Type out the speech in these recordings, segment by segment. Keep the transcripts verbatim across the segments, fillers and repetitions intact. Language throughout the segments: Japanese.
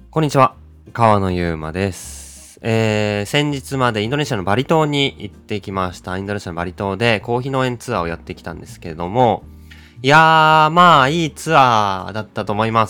こんにちは、川野ゆうまです。えー、先日までインドネシアのバリ島に行ってきました。インドネシアのバリ島でコーヒー農園ツアーをやってきたんですけれども、いやー、まあ、いいツアーだったと思います。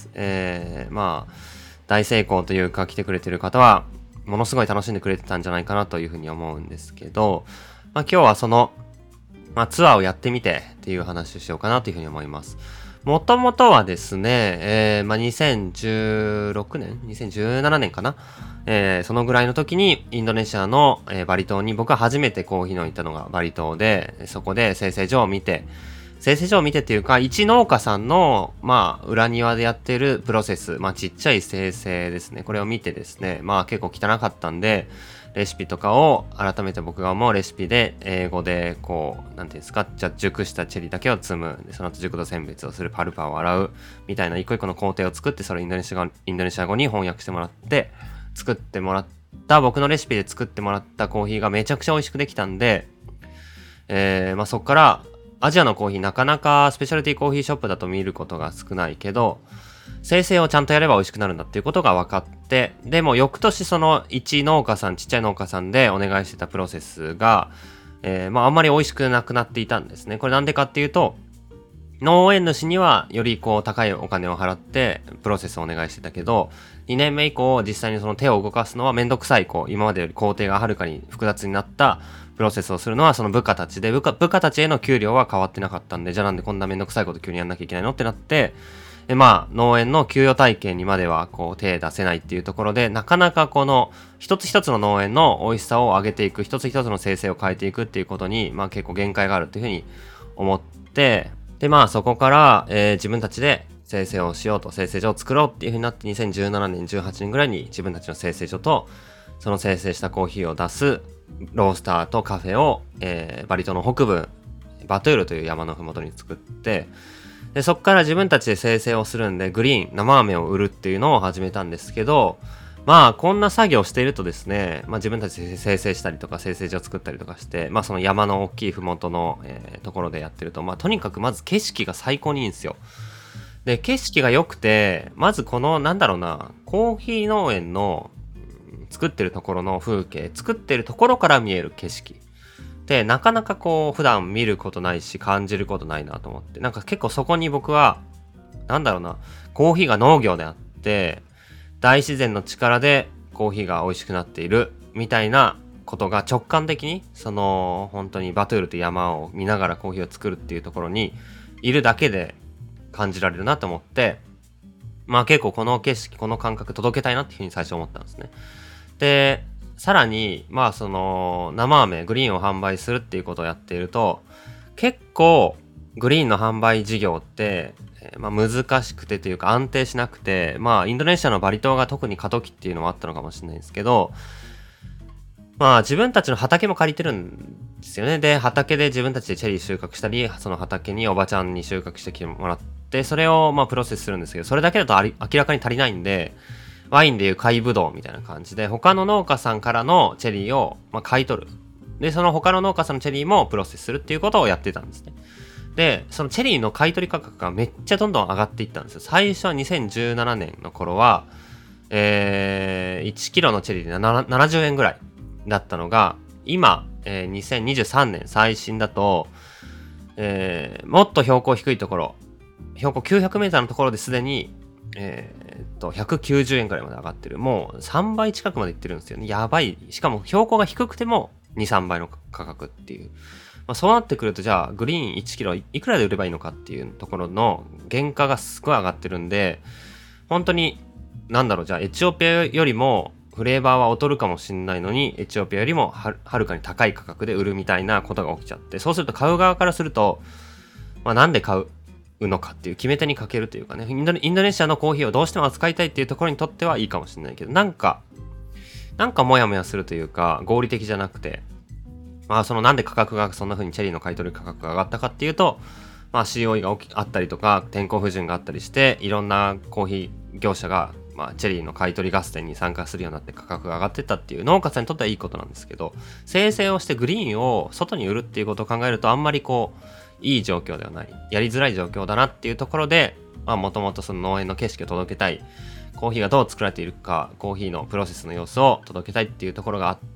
えー、まあ、大成功というか来てくれてる方は、ものすごい楽しんでくれてたんじゃないかなというふうに思うんですけど、まあ今日はその、まあツアーをやってみてっていう話をしようかなというふうに思います。もともとはですね、えー、まあ、にせんじゅうろくねん ?にせんじゅうななねんかな、えー、そのぐらいの時にインドネシアの、えー、バリ島に僕は初めてコーヒー農に行ったのがバリ島で、そこで生成所を見て、生成所を見てっていうか、一農家さんの、まあ、裏庭でやってるプロセス、まあ、ちっちゃい生成ですね。これを見てですね、まあ、結構汚かったんで、レシピとかを改めて僕が思うレシピで英語でこうなんていうんですか、じゃ熟したチェリーだけを摘む、でその後熟度選別をする、パルパを洗うみたいな一個一個の工程を作って、それをインドネシア語インドネシア語に翻訳してもらって作ってもらった僕のレシピで作ってもらったコーヒーがめちゃくちゃ美味しくできたんで、えー、まあそっからアジアのコーヒーなかなかスペシャルティーコーヒーショップだと見ることが少ないけど、生成をちゃんとやれば美味しくなるんだっていうことが分かって、でも翌年その一農家さん、ちっちゃい農家さんでお願いしてたプロセスが、えー、まああんまり美味しくなくなっていたんですね。これなんでかっていうと、農園主にはよりこう高いお金を払ってプロセスをお願いしてたけど、にねんめ以降実際にその手を動かすのはめんどくさい、こう今までより工程がはるかに複雑になったプロセスをするのはその部下たちで、部下、部下たちへの給料は変わってなかったんで、じゃあなんでこんなめんどくさいこと急にやんなきゃいけないのってなって、でまあ農園の給与体系にまではこう手出せないっていうところで、なかなかこの一つ一つの農園の美味しさを上げていく、一つ一つの生成を変えていくっていうことにまあ結構限界があるっていうふうに思って、でまあそこから、えー、自分たちで生成をしようと、生成所を作ろうっていうふうになって、にせんじゅうななねんじゅうはちねんぐらいに自分たちの生成所とその生成したコーヒーを出すロースターとカフェを、えー、バリ島の北部バトゥールという山のふもとに作って、でそこから自分たちで生成をするんで、グリーン生飴を売るっていうのを始めたんですけど、まあこんな作業をしているとですね、まあ自分たちで生成したりとか生成所を作ったりとかして、まあその山の大きいふもとの、えー、ところでやってると、まあとにかくまず景色が最高にいいんですよ。で景色が良くて、まずこのなんだろうな、コーヒー農園の作ってるところの風景、作ってるところから見える景色で、なかなかこう普段見ることないし感じることないなと思って、なんか結構そこに僕はなんだろうな、コーヒーが農業であって大自然の力でコーヒーが美味しくなっているみたいなことが直感的に、その本当にバトゥールという山を見ながらコーヒーを作るっていうところにいるだけで感じられるなと思って、まあ結構この景色、この感覚届けたいなっていうふうに最初思ったんですね。でさらにまあその生飴グリーンを販売するっていうことをやっていると、結構グリーンの販売事業って、えーまあ、難しくてというか安定しなくて、まあインドネシアのバリ島が特に過渡期っていうのもあったのかもしれないんですけど、まあ自分たちの畑も借りてるんですよね。で畑で自分たちでチェリー収穫したり、その畑におばちゃんに収穫してきてもらって、それをまあプロセスするんですけど、それだけだとあり明らかに足りないんで、ワインでいう買いぶどうみたいな感じで他の農家さんからのチェリーをまあ買い取る。でその他の農家さんのチェリーもプロセスするっていうことをやってたんですね。でそのチェリーの買い取り価格がめっちゃどんどん上がっていったんですよ。最初はにせんじゅうななねんの頃は、えー、いちキロのチェリーでななじゅうえんぐらいだったのが、今、えー、にせんにじゅうさんねん最新だと、えー、もっと標高低いところ、標高きゅうひゃくメートルのところですでに、えー、っとひゃくきゅうじゅうえんくらいまで上がってる。もうさんばい近くまでいってるんですよね。やばい。しかも標高が低くてもに、さんばいの価格っていう。まあ、そうなってくると、じゃあグリーンいちキロいくらで売ればいいのかっていうところの原価がすごい上がってるんで、本当になんだろう、じゃあエチオピアよりもフレーバーは劣るかもしれないのに、エチオピアよりもはるかに高い価格で売るみたいなことが起きちゃって、そうすると買う側からすると、まあ、なんで買うのかっていう決め手に欠けるというかね、インドネ、インドネシアのコーヒーをどうしても扱いたいっていうところにとってはいいかもしれないけど、なんかなんかモヤモヤするというか合理的じゃなくて、まあそのなんで価格がそんな風にチェリーの買い取り価格が上がったかっていうと、まあ シーオーイー が起きあったりとか天候不順があったりして、いろんなコーヒー業者がまあチェリーの買い取り合戦に参加するようになって価格が上がってったっていう、農家さんにとってはいいことなんですけど、生成をしてグリーンを外に売るっていうことを考えると、あんまりこういい状況ではない、やりづらい状況だなっていうところで、 まあもともとその農園の景色を届けたい、コーヒーがどう作られているか、コーヒーのプロセスの様子を届けたいっていうところがあって、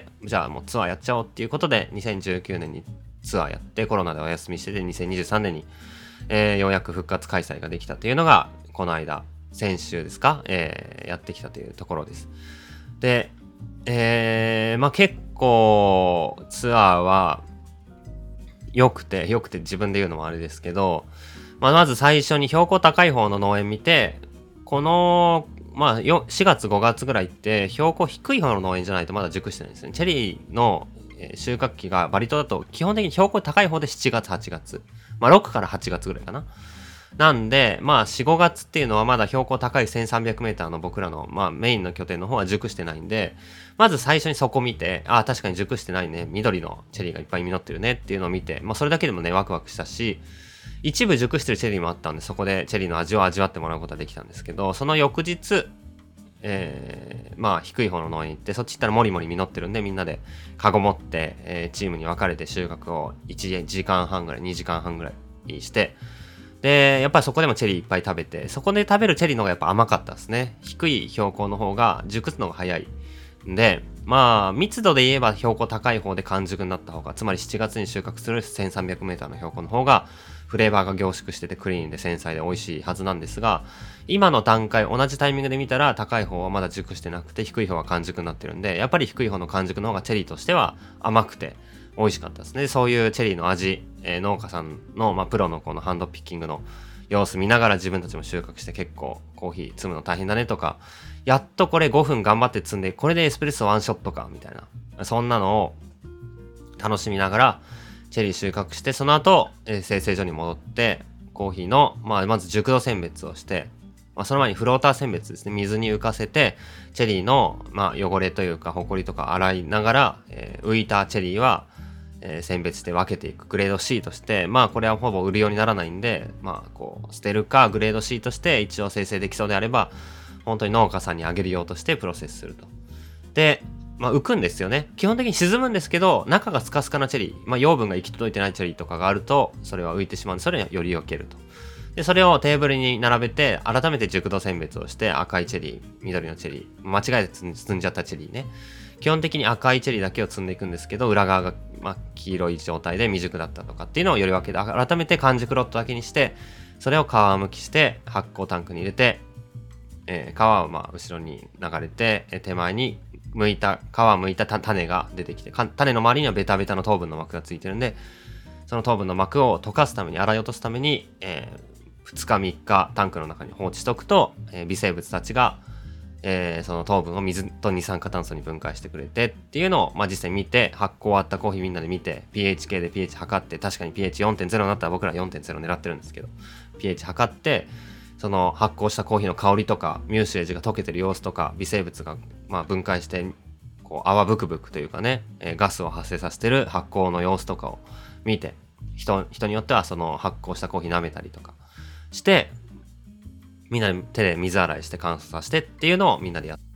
じゃあもうツアーやっちゃおうっていうことでにせんじゅうきゅうねんにツアーやって、コロナでお休みしててにせんにじゅうさんねんに、えー、ようやく復活開催ができたというのがこの間先週ですか、えー、やってきたというところです。で、えー、まあ結構ツアーは良くて良くて自分で言うのもあれですけど、まあ、まず最初に標高高い方の農園見て、このまあしがつごがつぐらいって標高低い方の農園じゃないとまだ熟してないんですね。チェリーの収穫期がバリ島だと基本的に標高高い方でしちがつはちがつ、まあろくからはちがつぐらいかな。なんでまあしごがつっていうのはまだ標高高いせんさんびゃくメーターの僕らのまあメインの拠点の方は熟してないんで、まず最初にそこ見て、ああ確かに熟してないね、緑のチェリーがいっぱい実ってるねっていうのを見て、まあそれだけでもねワクワクしたし、一部熟してるチェリーもあったんで、そこでチェリーの味を味わってもらうことができたんですけど、その翌日、えー、まあ低い方の農園行って、そっち行ったらもりもり実ってるんで、みんなでカゴ持って、えー、チームに分かれて収穫をいちじかんはんぐらい、にじかんはんぐらいして、でやっぱりそこでもチェリーいっぱい食べて、そこで食べるチェリーの方がやっぱ甘かったですね。低い標高の方が熟すのが早いんで、まあ密度で言えば標高高い方で完熟になった方が、つまりしちがつに収穫する せんさんびゃくメーター の標高の方がフレーバーが凝縮しててクリーンで繊細で美味しいはずなんですが、今の段階同じタイミングで見たら高い方はまだ熟してなくて、低い方は完熟になってるんで、やっぱり低い方の完熟の方がチェリーとしては甘くて美味しかったですね。そういうチェリーの味、えー、農家さんの、まあ、プロのこのハンドピッキングの様子見ながら自分たちも収穫して、結構コーヒー摘むの大変だねとか、やっとこれごふん頑張って摘んで、これでエスプレッソワンショットかみたいな、そんなのを楽しみながらチェリー収穫して、その後、えー、精製所に戻ってコーヒーの、まあ、まず熟度選別をして、まあ、その前にフローター選別ですね、水に浮かせてチェリーの、まあ、汚れというかホコリとか洗いながら、えー、浮いたチェリーは、えー、選別して分けていく。グレード C として、まあこれはほぼ売るようにならないんで、まあこう捨てるかグレード C として一応生成できそうであれば本当に農家さんにあげる用としてプロセスすると。で、まあ浮くんですよね。基本的に沈むんですけど、中がスカスカなチェリー、まあ養分が行き届いてないチェリーとかがあるとそれは浮いてしまうんで、それにより避けると。でそれをテーブルに並べて改めて熟度選別をして、赤いチェリー、緑のチェリー、間違えて積んじゃったチェリーね、基本的に赤いチェリーだけを積んでいくんですけど、裏側が、まあ、黄色い状態で未熟だったとかっていうのをより分けて、改めて完熟ロットだけにして、それを皮むきして発酵タンクに入れて、えー、皮をまあ後ろに流れて、手前に剥いた皮を剥いた種が出てきて、種の周りにはベタベタの糖分の膜がついてるんで、その糖分の膜を溶かすために、洗い落とすために、えー、ふつかみっかタンクの中に放置しとくと、えー、微生物たちがえー、その糖分を水と二酸化炭素に分解してくれてっていうのを、まあ、実際見て、発酵終わったコーヒーみんなで見て pH 計で pH 測って、確かに ピーエイチよんてんゼロ になったら僕ら よんてんゼロ 狙ってるんですけど pH 測って、その発酵したコーヒーの香りとかミューシュレージが溶けてる様子とか、微生物がまあ分解してこう泡ブクブクというかね、えー、ガスを発生させてる発酵の様子とかを見て、人, 人によってはその発酵したコーヒー舐めたりとかして、みんなで手で水洗いして乾燥させてっていうのをみんなでやって、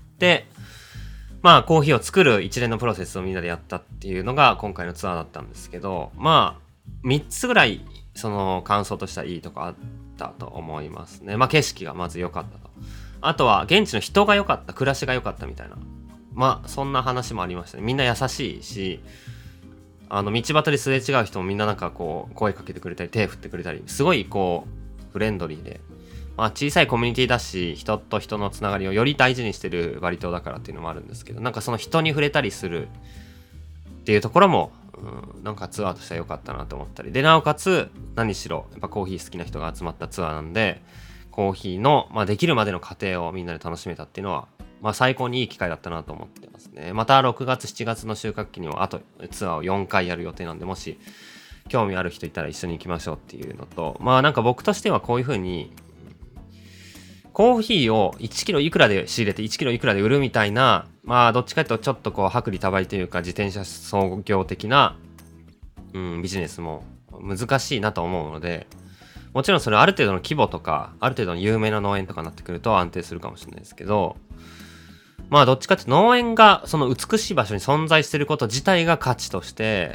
まあコーヒーを作る一連のプロセスをみんなでやったっていうのが今回のツアーだったんですけど、まあみっつぐらいその感想としてはいいとこあったと思いますね。まあ景色がまず良かったと。あとは現地の人が良かった、暮らしが良かったみたいな。まあそんな話もありましたね。みんな優しいし、あの道端ですれ違う人もみんななんかこう声かけてくれたり手振ってくれたり、すごいこうフレンドリーで、まあ、小さいコミュニティだし、人と人のつながりをより大事にしてるバリ島だからっていうのもあるんですけど、なんかその人に触れたりするっていうところも、うん、なんかツアーとしては良かったなと思ったりで、なおかつ何しろやっぱコーヒー好きな人が集まったツアーなんで、コーヒーの、まあ、できるまでの過程をみんなで楽しめたっていうのは、まあ、最高にいい機会だったなと思ってますね。またろくがつしちがつの収穫期にはあとツアーをよんかいやる予定なんで、もし興味ある人いたら一緒に行きましょうっていうのと、まあなんか僕としてはこういう風にコーヒーをいちキロいくらで仕入れていちキロいくらで売るみたいな、まあどっちかというとちょっとこう薄利多売というか自転車操業的な、うん、ビジネスも難しいなと思うので、もちろんそれある程度の規模とかある程度の有名な農園とかになってくると安定するかもしれないですけど、まあどっちかというと農園がその美しい場所に存在していること自体が価値として、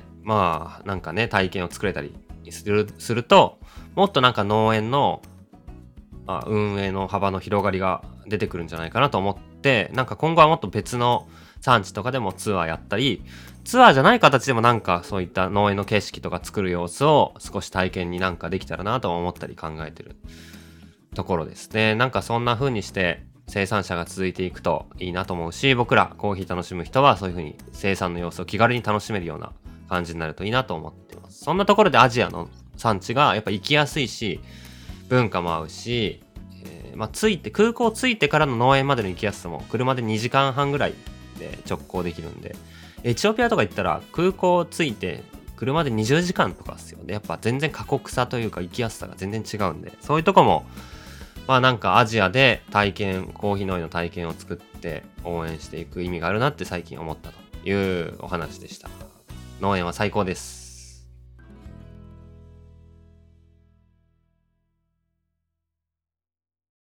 まあなんかね体験を作れたりするすると、もっとなんか農園のあ、運営の幅の広がりが出てくるんじゃないかなと思って、なんか今後はもっと別の産地とかでもツアーやったり、ツアーじゃない形でもなんかそういった農園の景色とか作る様子を少し体験になんかできたらなと思ったり考えてるところですね。なんかそんな風にして生産者が続いていくといいなと思うし、僕らコーヒー楽しむ人はそういう風に生産の様子を気軽に楽しめるような感じになるといいなと思ってます。そんなところでアジアの産地がやっぱ行きやすいし、文化も合うし、えーまあ、着いて空港着いてからの農園までの行きやすさも車でにじかんはんぐらいで直行できるんで、エチオピアとか行ったら空港着いて車でにじゅうじかんとかっすよね。やっぱ全然過酷さというか行きやすさが全然違うんで、そういうとこもまあなんかアジアで体験、コーヒー農園の体験を作って応援していく意味があるなって最近思ったというお話でした。農園は最高です。